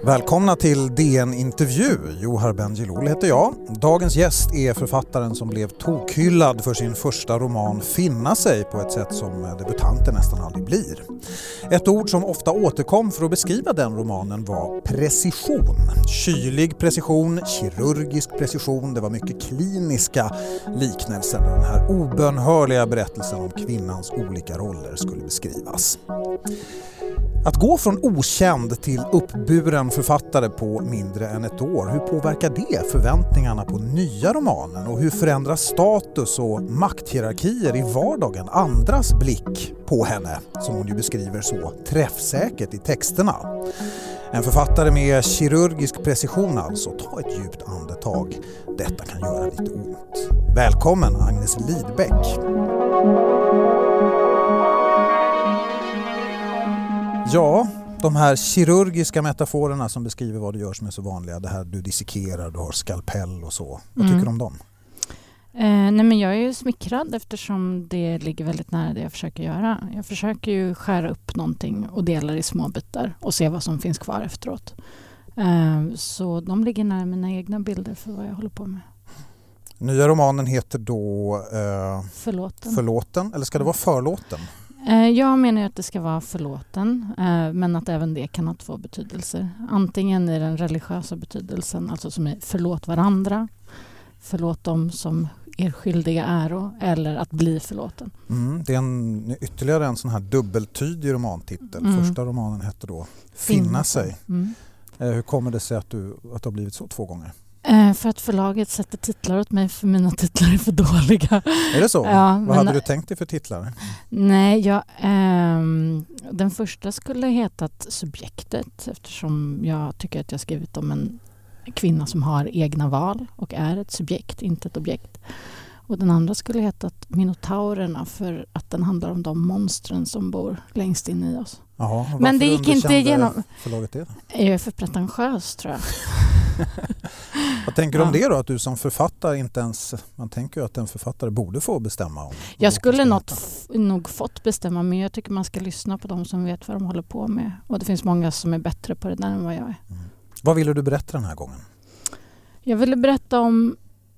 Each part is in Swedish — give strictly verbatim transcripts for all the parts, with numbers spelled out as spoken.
Välkomna till D N-intervju. Johar Bendjelloul heter jag. Dagens gäst är författaren som blev tokhyllad för sin första roman Finna sig på ett sätt som debutanter nästan aldrig blir. Ett ord som ofta återkom för att beskriva den romanen var precision. Kylig precision, kirurgisk precision. Det var mycket kliniska liknelser när den här obönhörliga berättelsen om kvinnans olika roller skulle beskrivas. Att gå från okänd till uppburen författare på mindre än ett år, hur påverkar det förväntningarna på nya romanen och hur förändras status och makthierarkier i vardagen, andras blick på henne, som hon ju beskriver så träffsäkert i texterna. En författare med kirurgisk precision alltså, ta ett djupt andetag. Detta kan göra lite ont. Välkommen Agnes Lidbeck. Ja, de här kirurgiska metaforerna som beskriver vad du gör som är så vanliga. Det här du dissekerar, du har skalpell och så. Vad tycker mm. du om dem? Eh, nej men jag är ju smickrad eftersom det ligger väldigt nära det jag försöker göra. Jag försöker ju skära upp någonting och dela det i små bitar och se vad som finns kvar efteråt. Eh, så de ligger nära mina egna bilder för vad jag håller på med. Nya romanen heter då eh, Förlåten. Förlåten, eller ska det vara Förlåten? Jag menar ju att det ska vara förlåten, men att även det kan ha två betydelser. Antingen i den religiösa betydelsen, alltså som är förlåt varandra, förlåt dem som er skyldiga äro, eller att bli förlåten. Mm, det är en, ytterligare en sån här dubbeltydig romantitel. Mm. Första romanen heter då Finna, Finna sig. Mm. Hur kommer det sig att du, att du har blivit så två gånger? För att förlaget sätter titlar åt mig för mina titlar är för dåliga. Är det så? Ja, Vad men, hade du tänkt dig för titlar? Nej, jag, ähm, den första skulle hetat Subjektet eftersom jag tycker att jag skrivit om en kvinna som har egna val och är ett subjekt, inte ett objekt. Och den andra skulle hetat Minotaurerna för att den handlar om de monstren som bor längst in i oss. Jaha, men det gick inte igenom. Förlaget det? Jag är för pretentiös tror jag. Vad tänker du om det då? Att du som författare inte ens... Man tänker ju att en författare borde få bestämma om... Jag skulle något f- nog fått bestämma, men jag tycker man ska lyssna på de som vet vad de håller på med. Och det finns många som är bättre på det där än vad jag är. Mm. Vad ville du berätta den här gången? Jag ville berätta om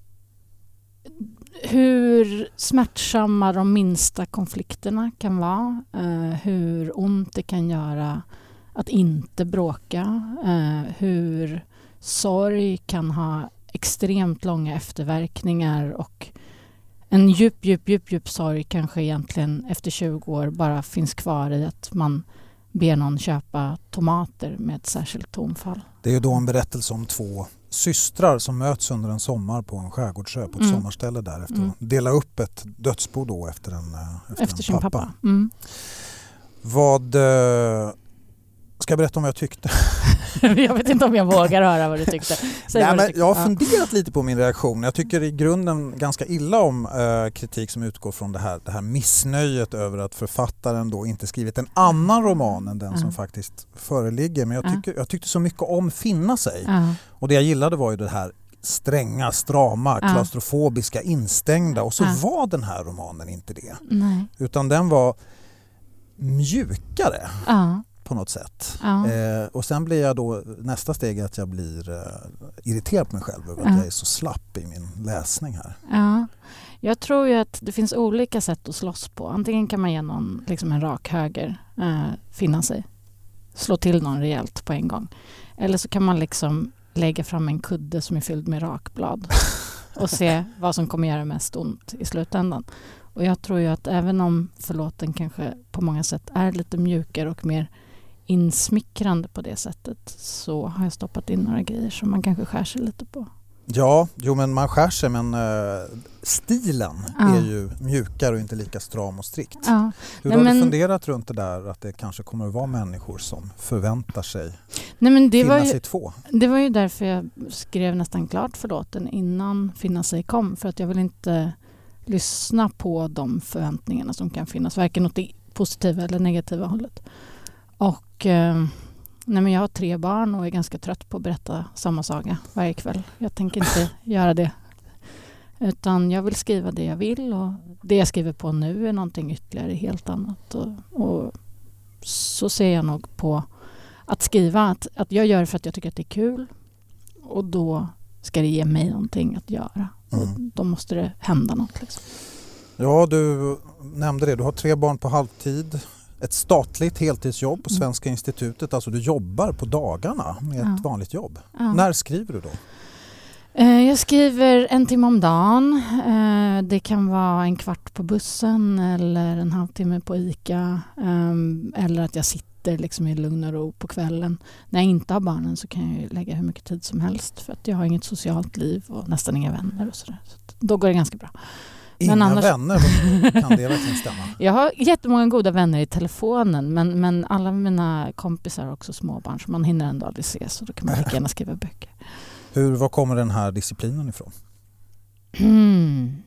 hur smärtsamma de minsta konflikterna kan vara. Eh, hur ont det kan göra att inte bråka. Eh, hur sorg kan ha extremt långa efterverkningar och en djup, djup, djup, djup sorg kanske egentligen efter tjugo år bara finns kvar i att man ber någon köpa tomater med ett särskilt tonfall. Det är ju då en berättelse om två systrar som möts under en sommar på en skärgårdsö på ett mm. sommarställe där efter mm. att dela upp ett dödsbo då efter en, efter efter en sin pappa. pappa. Mm. Vad... Ska jag berätta om vad jag tyckte? Jag vet inte om jag vågar höra vad du tyckte. Nej, vad men du tyckte. jag har funderat lite på min reaktion. Jag tycker i grunden ganska illa om eh, kritik som utgår från det här, det här missnöjet över att författaren då inte skrivit en annan roman än den mm. som faktiskt föreligger. Men jag, tycker, mm. jag tyckte så mycket om Finna sig. Mm. Och det jag gillade var ju det här stränga, strama, mm. klaustrofobiska, instängda. Och så mm. var den här romanen inte det. Nej. Utan den var mjukare. Mm. På något sätt. Ja. Eh, och sen blir jag då, nästa steg är att jag blir eh, irriterad på mig själv över ja. att jag är så slapp i min läsning här. Ja. Jag tror ju att det finns olika sätt att slåss på. Antingen kan man ge någon liksom en rak höger eh, finna sig. Slå till någon rejält på en gång. Eller så kan man liksom lägga fram en kudde som är fylld med rakblad och se vad som kommer göra mest ont i slutändan. Och jag tror ju att även om förlåten kanske på många sätt är lite mjukare och mer insmickrande på det sättet så har jag stoppat in några grejer som man kanske skär sig lite på. Ja, jo men man skär sig men uh, stilen ja. är ju mjukare och inte lika stram och strikt. Ja. Hur Nej, har men... du funderat runt det där att det kanske kommer att vara människor som förväntar sig Nej, men det finna var ju, sig två? Det var ju därför jag skrev nästan klart förlåten innan Finna sig kom, för att jag vill inte lyssna på de förväntningarna som kan finnas, varken åt det positiva eller negativa hållet. Och eh, nej, men jag har tre barn och är ganska trött på att berätta samma saga varje kväll. Jag tänker inte göra det. Utan jag vill skriva det jag vill och det jag skriver på nu är någonting ytterligare helt annat. Och, och så ser jag nog på att skriva att, att jag gör det för att jag tycker att det är kul och då ska det ge mig någonting att göra. Mm. Och då måste det hända något. Liksom. Ja, du nämnde det. Du har tre barn på halvtid. Ett statligt heltidsjobb på Svenska mm. institutet. Alltså du jobbar på dagarna med ja. ett vanligt jobb. Ja. När skriver du då? Jag skriver en timme om dagen. Det kan vara en kvart på bussen eller en halvtimme på ICA. Eller att jag sitter liksom i lugn och ro på kvällen. När jag inte har barnen så kan jag lägga hur mycket tid som helst. För att jag har inget socialt liv och nästan inga vänner och sådär. Så då går det ganska bra. Inga men annars... vänner, kan det verkligen stämma? Jag har jättemånga goda vänner i telefonen men, men alla mina kompisar har också småbarn så man hinner ändå aldrig ses och då kan man lika gärna skriva böcker. Hur, var kommer den här disciplinen ifrån? Mm.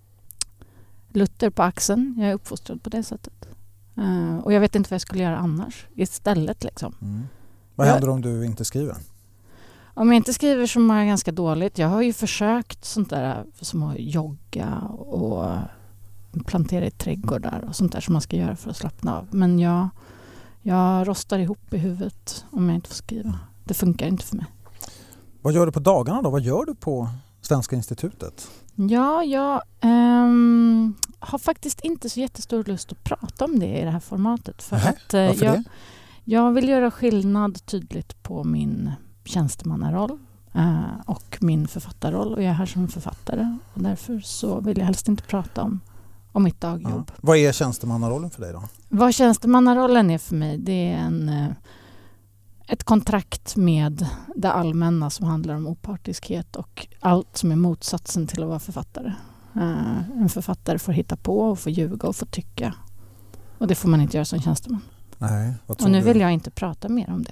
Luther på axeln, jag är uppfostrad på det sättet. Uh, och jag vet inte vad jag skulle göra annars istället. Liksom. Mm. Vad jag... händer om du inte skriver? Om jag inte skriver så mår jag ganska dåligt. Jag har ju försökt sånt där som att jogga och plantera i trädgårdar och sånt där som man ska göra för att slappna av. Men jag, jag rostar ihop i huvudet om jag inte får skriva. Det funkar inte för mig. Vad gör du på dagarna då? Vad gör du på Svenska institutet? Ja, jag ähm, har faktiskt inte så jättestor lust att prata om det i det här formatet. För Nähä, att, äh, varför jag, det? Jag vill göra skillnad tydligt på min tjänstemannaroll äh, och min författarroll. Och jag är här som författare. Och därför så vill jag helst inte prata om, om mitt dagjobb. Ja. Vad är tjänstemannarollen för dig då? Vad tjänstemannarollen är för mig, det är en... Äh, ett kontrakt med det allmänna som handlar om opartiskhet och allt som är motsatsen till att vara författare. Uh, en författare får hitta på och får ljuga och får tycka. Och det får man inte göra som tjänsteman. Nej, vad tror och nu du? vill jag inte prata mer om det.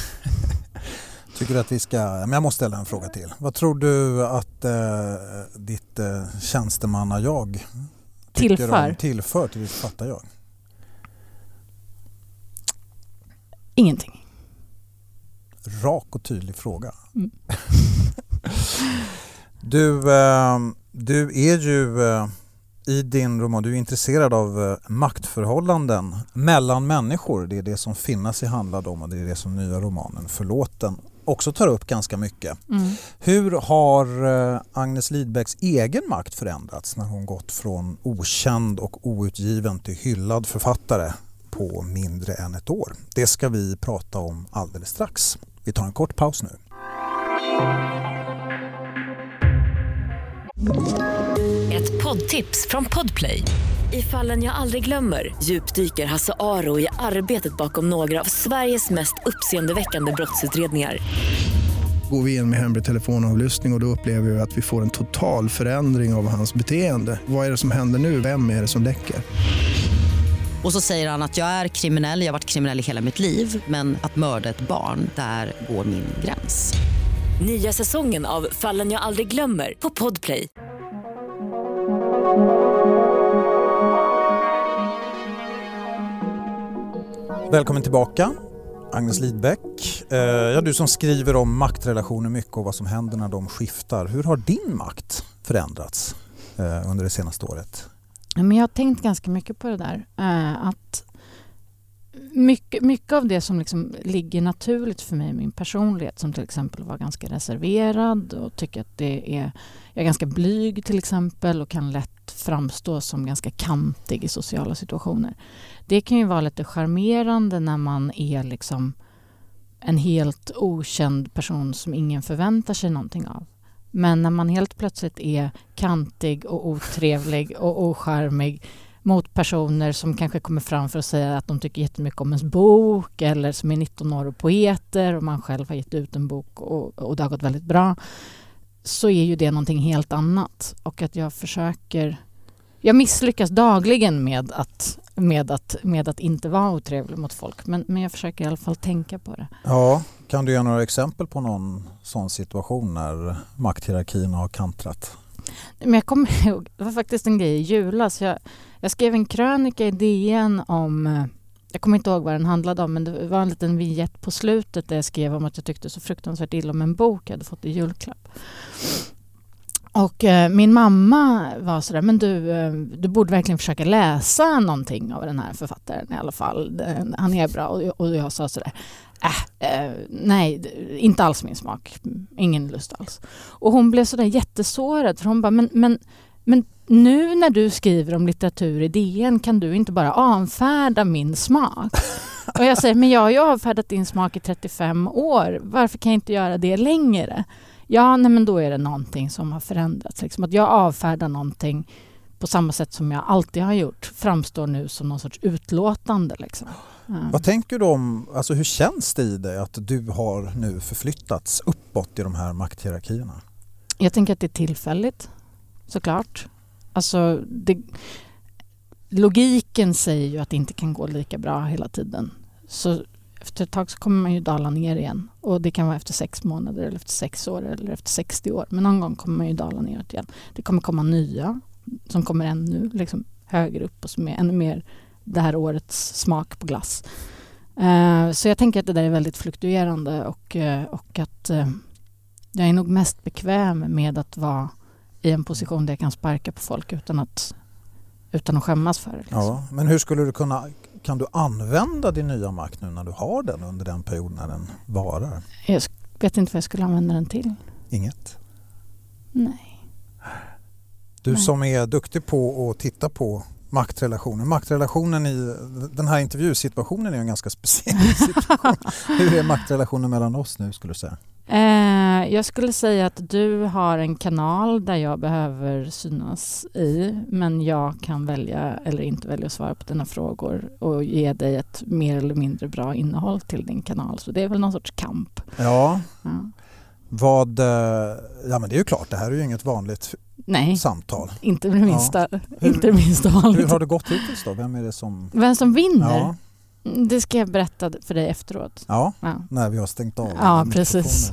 Tycker du att vi ska... Men jag måste ställa en fråga till. Vad tror du att eh, ditt eh, tjänstemanna-jag tillför. Om, tillför till ditt författar-jag? Ingenting. Rak och tydlig fråga. Mm. du, eh, du är ju eh, i din roman, du är intresserad av eh, maktförhållanden mellan människor. Det är det som Finnas i handlar om och det är det som nya romanen Förlåten också tar upp ganska mycket. Mm. Hur har eh, Agnes Lidbecks egen makt förändrats när hon gått från okänd och outgiven till hyllad författare på mindre än ett år? Det ska vi prata om alldeles strax. Vi tar en kort paus nu. Ett poddtips från Podplay. I Fallen jag aldrig glömmer djupdyker Hasse Aro i arbetet bakom några av Sveriges mest uppseendeväckande brottsutredningar. Går vi in med hemlig telefonavlyssning och då upplever vi att vi får en total förändring av hans beteende. Vad är det som händer nu? Vem är det som läcker? Och så säger han att jag är kriminell, jag har varit kriminell i hela mitt liv. Men att mörda ett barn, där går min gräns. Nya säsongen av Fallen jag aldrig glömmer på Podplay. Välkommen tillbaka, Agnes Lidbeck. Eh, ja, du som skriver om maktrelationer mycket och vad som händer när de skiftar. Hur har din makt förändrats eh, under det senaste året? Men jag har tänkt ganska mycket på det där. Eh, att mycket, mycket av det som liksom ligger naturligt för mig i min personlighet, som till exempel var ganska reserverad och tycker att det är, jag är ganska blyg till exempel och kan lätt framstå som ganska kantig i sociala situationer. Det kan ju vara lite charmerande när man är liksom en helt okänd person som ingen förväntar sig någonting av. Men när man helt plötsligt är kantig och otrevlig och ocharmig mot personer som kanske kommer fram för att säga att de tycker jättemycket om ens bok eller som är nitton år och poeter och man själv har gett ut en bok och, och det har gått väldigt bra, så är ju det någonting helt annat. Och att jag försöker... Jag misslyckas dagligen med att, med att, med att inte vara otrevlig mot folk. Men, men jag försöker i alla fall tänka på det. Ja, kan du ge några exempel på någon sån situation när makthierarkin har kantrat? Men jag kommer ihåg, det var faktiskt en grej i julas. Jag, jag skrev en krönika i D N om, jag kommer inte ihåg vad den handlade om, men det var en liten vignett på slutet där jag skrev om att jag tyckte så fruktansvärt illa om en bok jag hade fått i julklapp. Och eh, min mamma var sådär, men du, eh, du borde verkligen försöka läsa någonting av den här författaren i alla fall. Den, han är bra. Och, och jag sa sådär, Äh, eh, nej, inte alls min smak. Ingen lust alls. Och hon blev sådär jättesårad. För hon bara, men, men, men nu när du skriver om litteratur i D N kan du inte bara avfärda min smak. Och jag säger, men jag har ju avfärdat din smak i trettiofem år. Varför kan jag inte göra det längre? Ja, nej, men då är det någonting som har förändrats. Liksom att jag avfärdar någonting på samma sätt som jag alltid har gjort framstår nu som någon sorts utlåtande. Liksom. Mm. Vad tänker du om, alltså hur känns det i dig att du har nu förflyttats uppåt i de här makthierarkierna? Jag tänker att det är tillfälligt, såklart. Alltså, det, logiken säger ju att det inte kan gå lika bra hela tiden. Så efter ett tag så kommer man ju dala ner igen. Och det kan vara efter sex månader eller efter sex år eller efter sextio år. Men någon gång kommer man ju dala ner igen. Det kommer komma nya som kommer ännu liksom högre upp och som är ännu mer det här årets smak på glass. Uh, så jag tänker att det där är väldigt fluktuerande och, uh, och att uh, jag är nog mest bekväm med att vara i en position där jag kan sparka på folk utan att, utan att skämmas för det. Liksom. Ja, men hur skulle du kunna, kan du använda din nya makt nu när du har den under den perioden när den varar? Jag vet inte vad jag skulle använda den till. Inget? Nej. Du Nej. som är duktig på att titta på maktrelationen. Maktrelationen i den här intervjusituationen är en ganska speciell situation. Hur är maktrelationen mellan oss nu skulle du säga? Eh, jag skulle säga att du har en kanal där jag behöver synas i, men jag kan välja eller inte välja att svara på dina frågor och ge dig ett mer eller mindre bra innehåll till din kanal. Så det är väl någon sorts kamp. Ja. Ja. Vad, ja men det är ju klart, det här är ju inget vanligt Nej, samtal. inte det minsta, Ja. inte det minsta vanligt. Hur har det gått hittills då? Vem är det som... Vem som vinner? Ja. Det ska jag berätta för dig efteråt. Ja, Ja, när vi har stängt av. ja precis.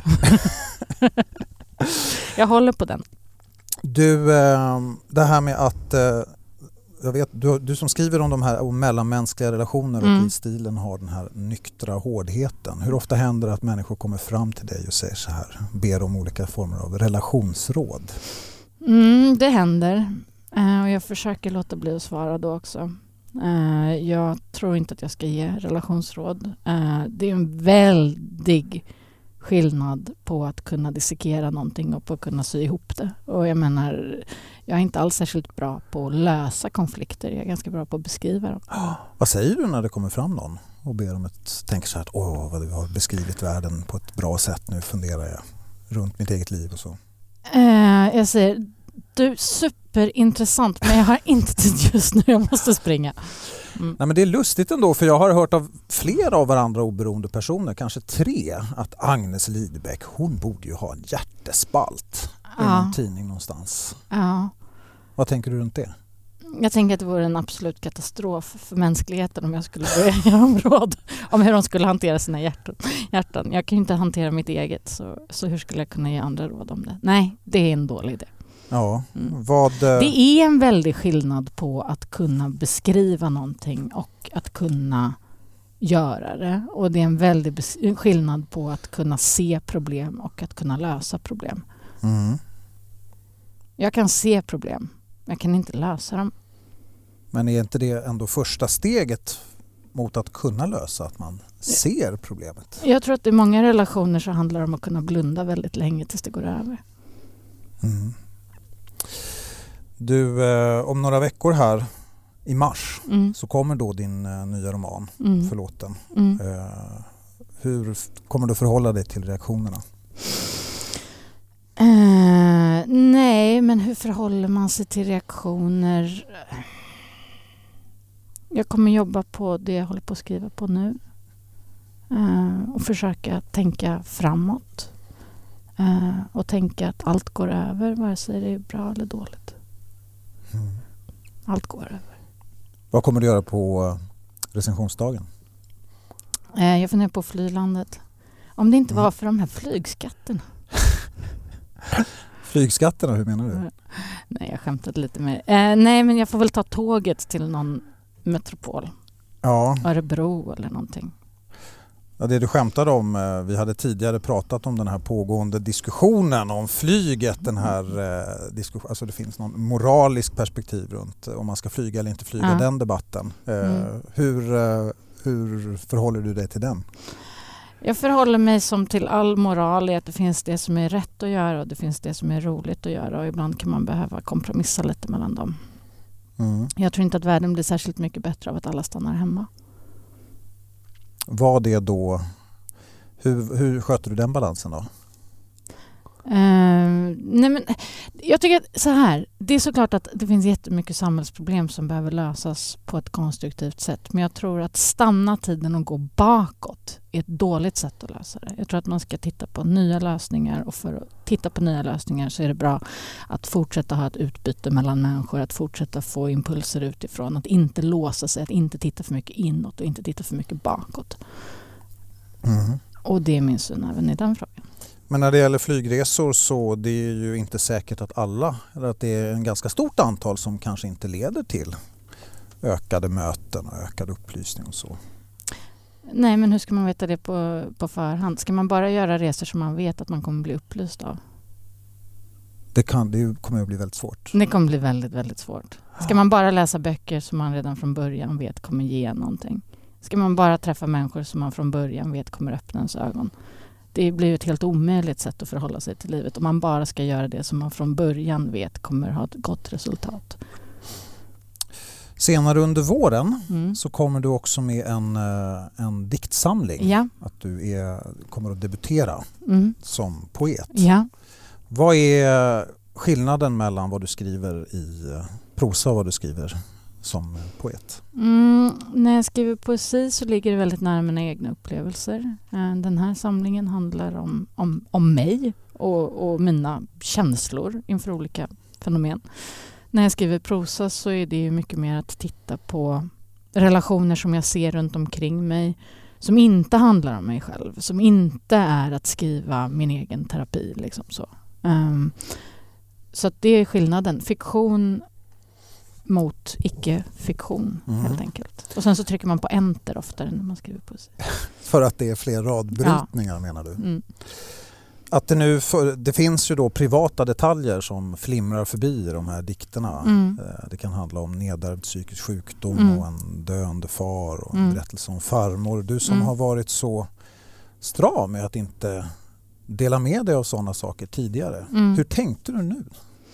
Jag håller på den. Du, det här med att jag vet, du, du som skriver om de här om mellanmänskliga relationer och Mm. i stilen har den här nyktra hårdheten. Hur ofta händer det att människor kommer fram till dig och säger så här, ber om olika former av relationsråd? Mm, det händer. Eh, och jag försöker låta bli att svara då också. Eh, jag tror inte att jag ska ge relationsråd. Eh, det är en väldig skillnad på att kunna dissekera någonting och på att kunna sy ihop det. Och jag menar, jag är inte alls särskilt bra på att lösa konflikter. Jag är ganska bra på att beskriva dem. Vad säger du när det kommer fram någon och ber om ett, tänker så här att åh vad du har beskrivit världen på ett bra sätt, nu funderar jag runt mitt eget liv och så. Eh, jag säger, du, superintressant, men jag har inte tid just nu, jag måste springa. Mm. Nej, men det är lustigt ändå, för jag har hört av flera av varandra oberoende personer, kanske tre, att Agnes Lidbeck, hon borde ju ha en hjärtespalt i Ja. någon tidning någonstans. Ja. Vad tänker du runt det? Jag tänker att det vore en absolut katastrof för mänskligheten om jag skulle börja ge dem råd om hur de skulle hantera sina hjärtan. hjärtan. Jag kan ju inte hantera mitt eget, så, så hur skulle jag kunna ge andra råd om det? Nej, det är en dålig idé. Ja, Mm. vad... Det är en väldig skillnad på att kunna beskriva någonting och att kunna göra det. Och det är en väldig bes- skillnad på att kunna se problem och att kunna lösa problem. Mm. Jag kan se problem, men jag kan inte lösa dem. Men är inte det ändå första steget mot att kunna lösa, att man ser problemet? Jag tror att i många relationer så handlar det om att kunna blunda väldigt länge tills det går över. Mm. Du, eh, om några veckor här i mars Mm. så kommer då din eh, nya roman, Mm. Förlåten. Mm. Eh, hur f- kommer du förhålla dig till reaktionerna? Eh, nej, men hur förhåller man sig till reaktioner? Jag kommer jobba på det jag håller på att skriva på nu. Eh, och försöka tänka framåt. Eh, och tänka att allt går över, vare sig det är bra eller dåligt. Mm. Allt går över. Vad kommer du göra på eh, recensionsdagen? Eh, jag funderar på att fly landet. Om det inte Mm. var för de här flygskatterna. Flygskatterna, hur menar du? Nej, jag skämtade lite mer. Eh, nej, men jag får väl ta tåget till någon metropol. Ja, Örebro eller någonting. ja, det du skämtade om, eh, vi hade tidigare pratat om den här pågående diskussionen om flyget, den här eh, diskussion, alltså det finns någon moralisk perspektiv runt om man ska flyga eller inte flyga, Ja. den debatten. Eh, Mm. hur, eh, hur förhåller du dig till den? Jag förhåller mig som till all moral i att det finns det som är rätt att göra och det finns det som är roligt att göra och ibland kan man behöva kompromissa lite mellan dem. Mm. Jag tror inte att världen blir särskilt mycket bättre av att alla stannar hemma. Vad det då, hur, hur sköter du den balansen då? Uh, nej men, jag tycker att så här, det är såklart att det finns jättemycket samhällsproblem som behöver lösas på ett konstruktivt sätt, men jag tror att stanna tiden och gå bakåt är ett dåligt sätt att lösa det. Jag tror att man ska titta på nya lösningar, och för att titta på nya lösningar så är det bra att fortsätta ha ett utbyte mellan människor, att fortsätta få impulser utifrån, att inte låsa sig, att inte titta för mycket inåt och inte titta för mycket bakåt. Mm. Och det är min syn även i den frågan. Men när det gäller flygresor så det är ju inte säkert att alla, eller att det är en ganska stort antal som kanske inte leder till ökade möten och ökad upplysning och så. Nej, men hur ska man veta det på, på förhand? Ska man bara göra resor som man vet att man kommer bli upplyst av? Det, kan, det kommer att bli väldigt svårt. Det kommer bli väldigt, väldigt svårt. Ska man bara läsa böcker som man redan från början vet kommer ge någonting? Ska man bara träffa människor som man från början vet kommer öppna ens ögon? Det blir ju ett helt omöjligt sätt att förhålla sig till livet om man bara ska göra det som man från början vet kommer ha ett gott resultat. Senare under våren mm. så kommer du också med en, en diktsamling. Ja. Att du är, kommer att debutera mm. som poet. Ja. Vad är skillnaden mellan vad du skriver i prosa och vad du skriver som poet? Mm, när jag skriver poesi så ligger det väldigt nära mina egna upplevelser. Den här samlingen handlar om, om, om mig och, och mina känslor inför olika fenomen. När jag skriver prosa så är det ju mycket mer att titta på relationer som jag ser runt omkring mig, som inte handlar om mig själv, som inte är att skriva min egen terapi. Liksom så um, så att det är skillnaden. Fiktion mot icke-fiktion mm. helt enkelt. Och sen så trycker man på enter oftare när man skriver poesi. För att det är fler radbrytningar ja. menar du? Mm. Att det nu för, det finns ju då privata detaljer som flimrar förbi de här dikterna. Mm. Det kan handla om nedärvd psykisk sjukdom mm. och en döende far och en mm. berättelse om farmor. Du som mm. har varit så stram med att inte dela med dig av sådana saker tidigare. Mm. Hur tänkte du nu?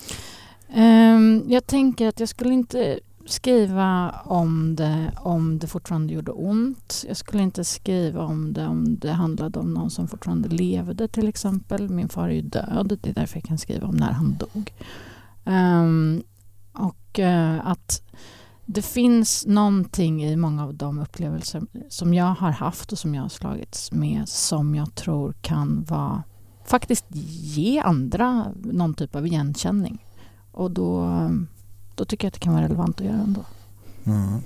Um, jag tänker att jag skulle inte skriva om det om det fortfarande gjorde ont. Jag skulle inte skriva om det om det handlade om någon som fortfarande levde till exempel. Min far är ju död, det är därför jag kan skriva om när han dog. Um, och uh, att det finns någonting i många av de upplevelser som jag har haft och som jag har slagits med som jag tror kan vara faktiskt ge andra någon typ av igenkänning. Och då, då tycker jag att det kan vara relevant att göra ändå. Mm. Mm.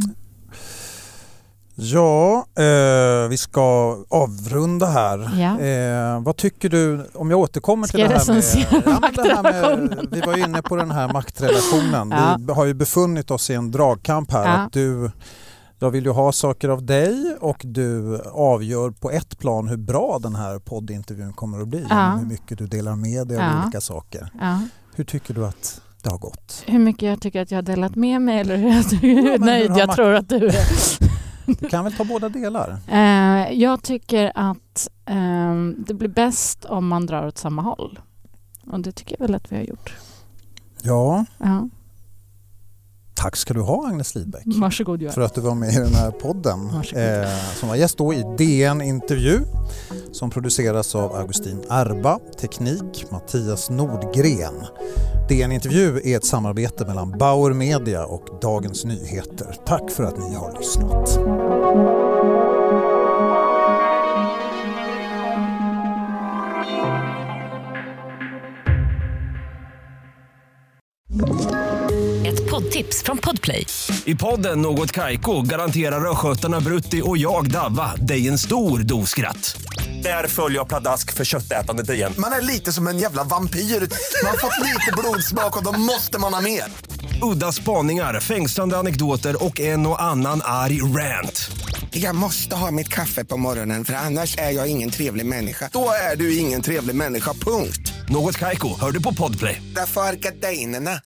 Ja, eh, vi ska avrunda här. Ja. Eh, vad tycker du, om jag återkommer ska till det här, med, ja, det här med... Vi var inne på den här maktrelationen. Ja. Vi har ju befunnit oss i en dragkamp här. Ja. Att du, jag vill ju ha saker av dig och du avgör på ett plan hur bra den här poddintervjun kommer att bli. Ja. Hur mycket du delar med dig av ja. olika saker. Ja. Hur tycker du att det har gått? Hur mycket jag tycker att jag har delat med mig eller hur jag är nöjd jag man... tror att du är. Du kan väl ta båda delar? Uh, jag tycker att uh, det blir bäst om man drar åt samma håll. Och det tycker jag väl att vi har gjort. Ja. Uh. Tack ska du ha, Agnes Lidbeck. Varsågod, för att du var med i den här podden. Eh, som var gäst då i D N-intervju som produceras av Augustin Erba, teknik Mattias Nordgren. D N-intervju är ett samarbete mellan Bauer Media och Dagens Nyheter. Tack för att ni har lyssnat. Poddtips från Podplay. I podden Något Kaiko garanterar röskötarna Brutti och jag Davva dig en stor doskratt. Där följer jag pladask för köttätandet igen. Man är lite som en jävla vampyr. Man har fått lite blodsmak och då måste man ha mer. Udda spaningar, fängslande anekdoter och en och annan arg rant. Jag måste ha mitt kaffe på morgonen för annars är jag ingen trevlig människa. Då är du ingen trevlig människa, punkt. Något Kaiko, hör du på Podplay. Därför är gardinerna.